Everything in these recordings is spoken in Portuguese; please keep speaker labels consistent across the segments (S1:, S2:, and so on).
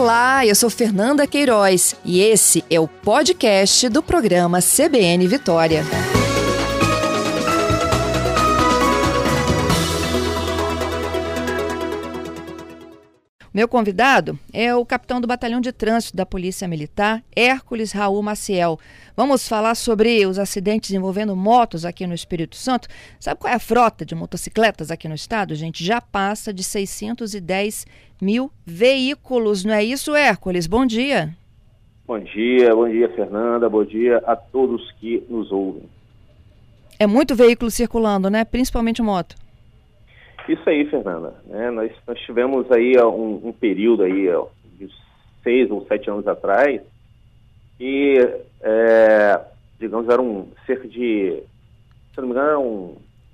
S1: Olá, eu sou Fernanda Queiroz e esse é o podcast do programa CBN Vitória. Meu convidado é o capitão do Batalhão de Trânsito da Polícia Militar, Hércules Raul Maciel. Vamos falar sobre os acidentes envolvendo motos aqui no Espírito Santo. Sabe qual é a frota de motocicletas aqui no estado, gente? Já passa de 610 mil veículos, não é isso, Hércules? Bom dia.
S2: Bom dia, Fernanda. Bom dia a todos que nos ouvem.
S1: É muito veículo circulando, né? Principalmente moto.
S2: Isso aí, Fernanda. Nós tivemos aí um período aí, de 6 ou 7 anos atrás, que, digamos, eram cerca de, se não me engano,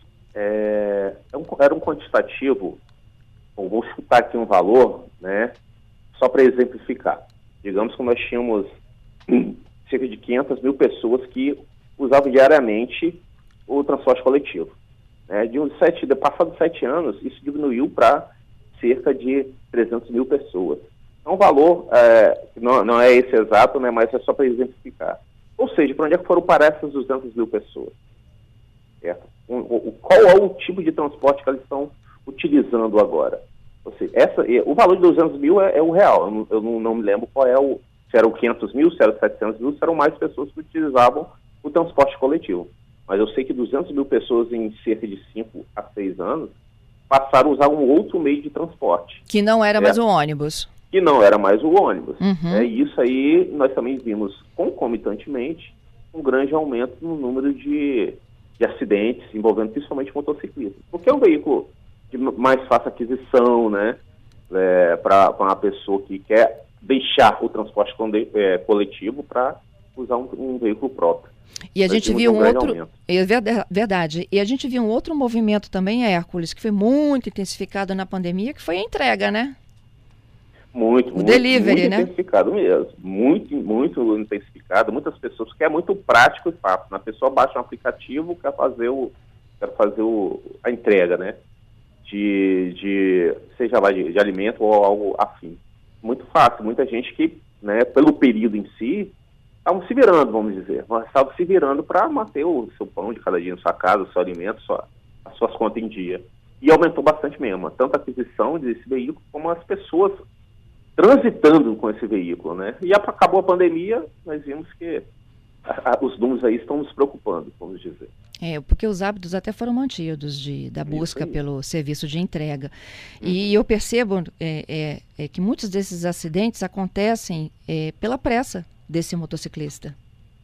S2: era um quantitativo, vou chutar aqui um valor, né, só para exemplificar. Digamos que nós tínhamos cerca de 500 mil pessoas que usavam diariamente o transporte coletivo. Passados 7 anos, isso diminuiu para cerca de 300 mil pessoas. É um valor, não é esse exato, né, mas é só para exemplificar. Ou seja, para onde é que foram parar essas 200 mil pessoas? Certo? Qual é o tipo de transporte que eles estão utilizando agora? Ou seja, o valor de 200 mil é o real. Eu não me lembro qual é se eram 500 mil, se eram 700 mil, se eram mais pessoas que utilizavam o transporte coletivo. Mas eu sei que 200 mil pessoas em cerca de 5 a 6 anos passaram a usar um outro meio de transporte.
S1: Que não era mais o ônibus.
S2: Que não era mais o ônibus.
S1: Uhum.
S2: E isso aí nós também vimos concomitantemente um grande aumento no número de acidentes envolvendo principalmente motociclistas. Porque é um veículo de mais fácil aquisição, né? Para uma pessoa que quer deixar o transporte coletivo para usar um veículo próprio.
S1: E a gente viu verdade. E a gente viu um outro movimento também, Hércules, que foi muito intensificado na pandemia, que foi a entrega, né?
S2: Muito
S1: delivery, né?
S2: Intensificado mesmo. Muito intensificado. Muitas pessoas, que é muito prático e fácil. A pessoa baixa um aplicativo, quer fazer a entrega, né? Seja lá de alimento ou algo afim. Muito fácil. Muita gente que, né, pelo período em si, estavam se virando, vamos dizer. Mas estavam se virando para manter o seu pão de cada dia na sua casa, o seu alimento, as suas contas em dia. E aumentou bastante mesmo, tanto a aquisição desse veículo, como as pessoas transitando com esse veículo, né? E acabou a pandemia, nós vimos que os números aí estão nos preocupando, vamos dizer.
S1: Porque os hábitos até foram mantidos da busca pelo serviço de entrega. E eu percebo que muitos desses acidentes acontecem pela pressa desse motociclista.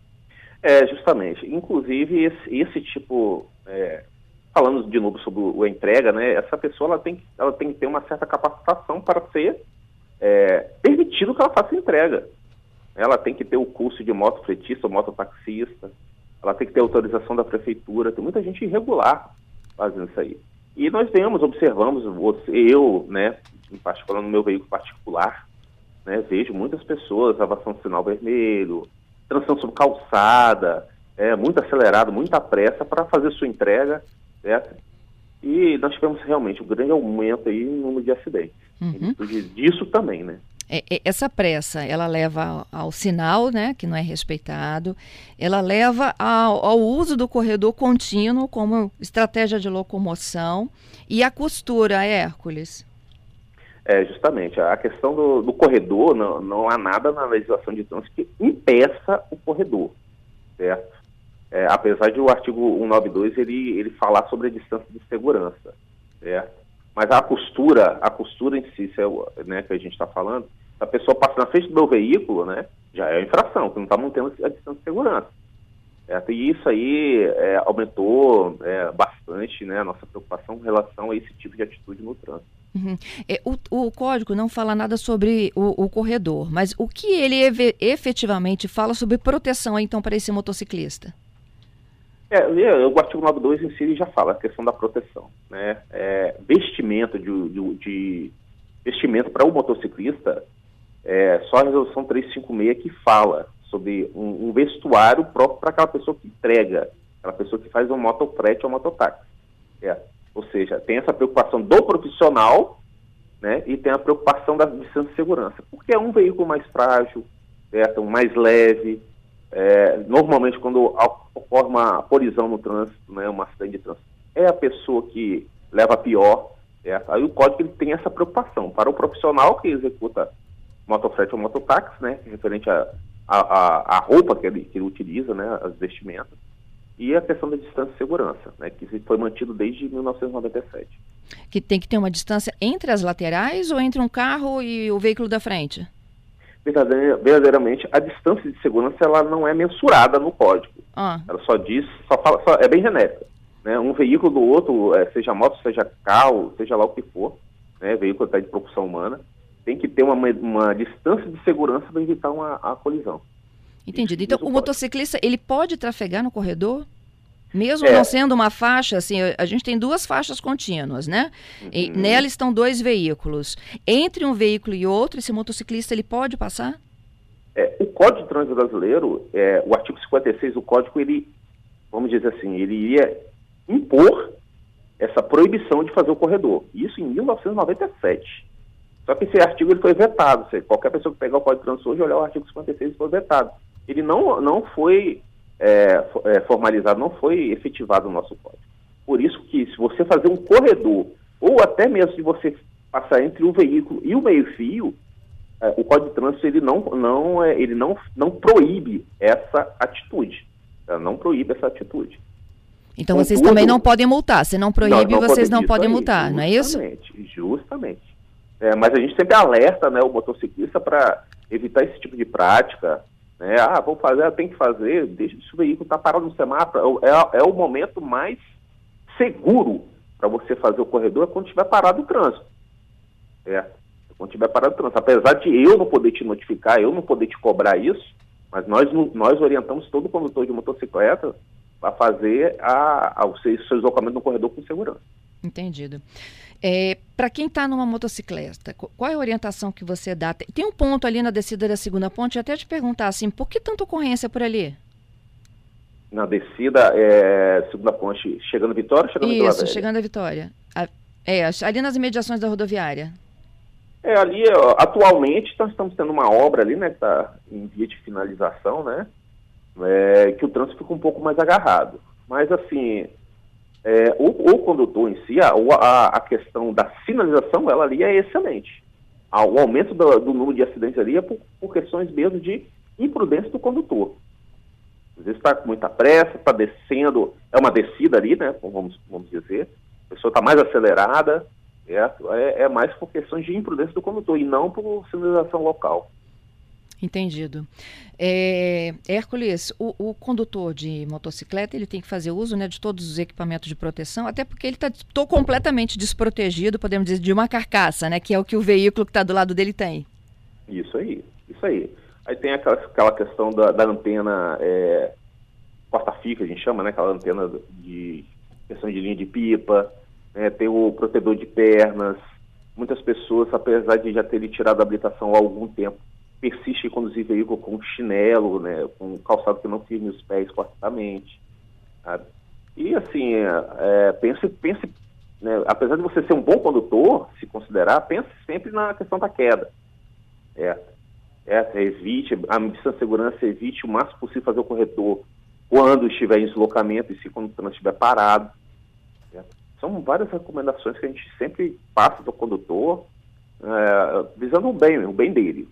S2: Justamente. Inclusive, esse tipo, falando de novo sobre a entrega, né, essa pessoa ela tem que ter uma certa capacitação para ser permitido que ela faça entrega. Ela tem que ter o curso de motofretista ou mototaxista, ela tem que ter autorização da prefeitura, tem muita gente irregular fazendo isso aí. E nós observamos, eu, né, em particular no meu veículo particular, né, vejo muitas pessoas avançando sinal vermelho, transição sobre calçada, muito acelerado, muita pressa para fazer sua entrega, certo? E nós tivemos realmente um grande aumento aí no número de acidentes.
S1: Uhum.
S2: Disso também, né?
S1: Essa pressa, ela leva ao sinal, né, que não é respeitado, ela leva ao uso do corredor contínuo como estratégia de locomoção e a costura, Hércules.
S2: Justamente, a questão do corredor, não há nada na legislação de trânsito que impeça o corredor, certo? Apesar de o artigo 192 ele falar sobre a distância de segurança, certo? Mas a costura em si, né, que a gente está falando, se a pessoa passa na frente do meu veículo, né, já é infração, que não está mantendo a distância de segurança. Certo? E isso aí aumentou bastante, né, a nossa preocupação com relação a esse tipo de atitude no trânsito.
S1: Uhum. O código não fala nada sobre o corredor, mas o que ele efetivamente fala sobre proteção, então, para esse motociclista?
S2: O artigo 92 em si já fala a questão da proteção, né? Vestimento vestimento para o motociclista, só a resolução 356 que fala sobre um vestuário próprio para aquela pessoa que entrega, aquela pessoa que faz um motofrete ou mototáxi. Ou seja, tem essa preocupação do profissional né, e tem a preocupação da distância de segurança, porque é um veículo mais frágil, certo? Mais leve. Normalmente, quando ocorre uma colisão no trânsito, né, um acidente de trânsito, é a pessoa que leva a pior, certo? Aí o código ele tem essa preocupação. Para o profissional que executa motofrete ou mototáxi, né, referente a roupa que ele utiliza, né, as vestimentas, e a questão da distância de segurança, né, que foi mantido desde 1997.
S1: Que tem que ter uma distância entre as laterais ou entre um carro e o veículo da frente?
S2: Verdadeiramente, a distância de segurança ela não é mensurada no código. Ela só diz, é bem genérica, né? Um veículo do outro, seja moto, seja carro, seja lá o que for, né? Veículo até de propulsão humana, tem que ter uma distância de segurança para evitar a colisão.
S1: Entendido. Então, o motociclista, ele pode trafegar no corredor? Mesmo não sendo uma faixa, assim, a gente tem duas faixas contínuas, né? E nela estão dois veículos. Entre um veículo e outro, esse motociclista, ele pode passar?
S2: O Código de Trânsito Brasileiro, o artigo 56 do Código, ele, vamos dizer assim, ele iria impor essa proibição de fazer o corredor. Isso em 1997. Só que esse artigo ele foi vetado. Qualquer pessoa que pegar o Código de Trânsito hoje, olhar o artigo 56, foi vetado. Ele não foi formalizado, não foi efetivado no nosso código. Por isso que se você fazer um corredor, ou até mesmo se você passar entre o veículo e o meio-fio, o Código de Trânsito ele não proíbe essa atitude. Não proíbe essa atitude.
S1: Então vocês também não podem multar. Se não proíbe, vocês não podem multar, não é isso?
S2: Justamente. Mas a gente sempre alerta, né, o motociclista para evitar esse tipo de prática. Vou fazer, tem que fazer, deixa se o veículo está parado no semáforo, é o momento mais seguro para você fazer o corredor quando estiver parado o trânsito. Quando estiver parado o trânsito. Apesar de eu não poder te notificar, eu não poder te cobrar isso, mas nós orientamos todo condutor de motocicleta a fazer o seu deslocamento no corredor com segurança.
S1: Entendido. Para quem está numa motocicleta, qual é a orientação que você dá? Tem um ponto ali na descida da segunda ponte, até te perguntar assim, por que tanta ocorrência por ali?
S2: Na descida, segunda ponte, chegando a Vitória ou chegando a Vila Velha?
S1: Isso, chegando a Vitória. Ali nas imediações da rodoviária.
S2: Ali, atualmente, nós estamos tendo uma obra ali, né, que está em via de finalização, né, que o trânsito fica um pouco mais agarrado. Mas, assim... o condutor em si, a questão da sinalização, ela ali é excelente. O aumento do número de acidentes ali é por questões mesmo de imprudência do condutor. Às vezes está com muita pressa, está descendo, é uma descida ali, né, vamos dizer, a pessoa está mais acelerada, é mais por questões de imprudência do condutor e não por sinalização local.
S1: Entendido. Hércules, o condutor de motocicleta, ele tem que fazer uso, né, de todos os equipamentos de proteção, até porque ele está completamente desprotegido, podemos dizer, de uma carcaça, né, que é o que o veículo que está do lado dele tem. Isso
S2: aí. Aí tem aquela questão da antena porta-fio, que a gente chama, né, aquela antena de questão de linha de pipa, tem o protetor de pernas. Muitas pessoas, apesar de já terem tirado a habilitação há algum tempo, persiste em conduzir veículo com chinelo, né, com calçado que não firme os pés corretamente. Sabe? E assim, pense, né, apesar de você ser um bom condutor, se considerar, pense sempre na questão da queda. Evite, a distância de segurança, evite o máximo possível fazer o corredor quando estiver em deslocamento e se quando o trânsito estiver parado. São várias recomendações que a gente sempre passa para o condutor, visando o bem dele.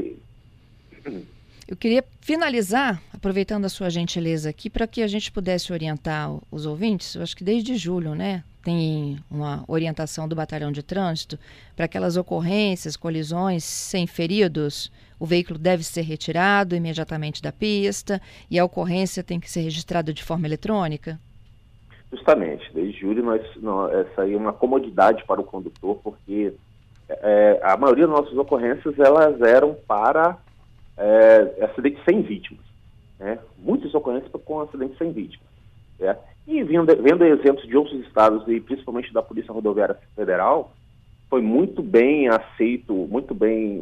S1: Eu queria finalizar, aproveitando a sua gentileza aqui, para que a gente pudesse orientar os ouvintes. Eu acho que desde julho, né, tem uma orientação do Batalhão de Trânsito para aquelas ocorrências, colisões sem feridos, o veículo deve ser retirado imediatamente da pista e a ocorrência tem que ser registrada de forma eletrônica?
S2: Justamente, desde julho essa aí é uma comodidade para o condutor, porque a maioria das nossas ocorrências elas eram para acidentes sem vítimas, né? Muitas ocorrências com acidentes sem vítimas. E vendo exemplos de outros estados e principalmente da Polícia Rodoviária Federal, foi muito bem aceito, muito bem,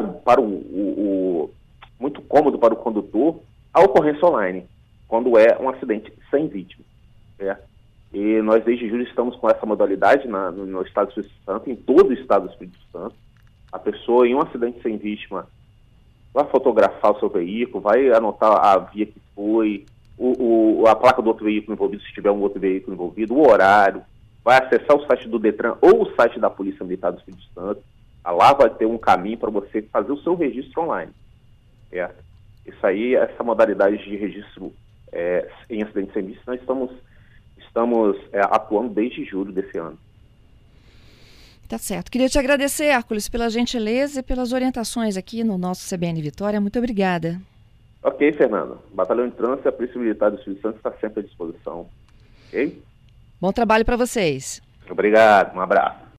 S2: muito cômodo para o condutor a ocorrência online, quando é um acidente sem vítima. E nós, desde julho, estamos com essa modalidade no estado do Espírito Santo, em todo o estado do Espírito Santo. A pessoa, em um acidente sem vítima, vai fotografar o seu veículo, vai anotar a via que foi, a placa do outro veículo envolvido, se tiver um outro veículo envolvido, o horário, vai acessar o site do Detran ou o site da Polícia Militar do Espírito Santo. Lá vai ter um caminho para você fazer o seu registro online. Certo? Isso aí, essa modalidade de registro em acidentes sem vítima, nós estamos atuando desde julho desse ano.
S1: Tá certo. Queria te agradecer, Hércules, pela gentileza e pelas orientações aqui no nosso CBN Vitória. Muito obrigada.
S2: Ok, Fernanda. Batalhão de Trânsito e a Polícia Militar do Espírito Santo está sempre à disposição. Ok?
S1: Bom trabalho para vocês.
S2: Obrigado. Um abraço.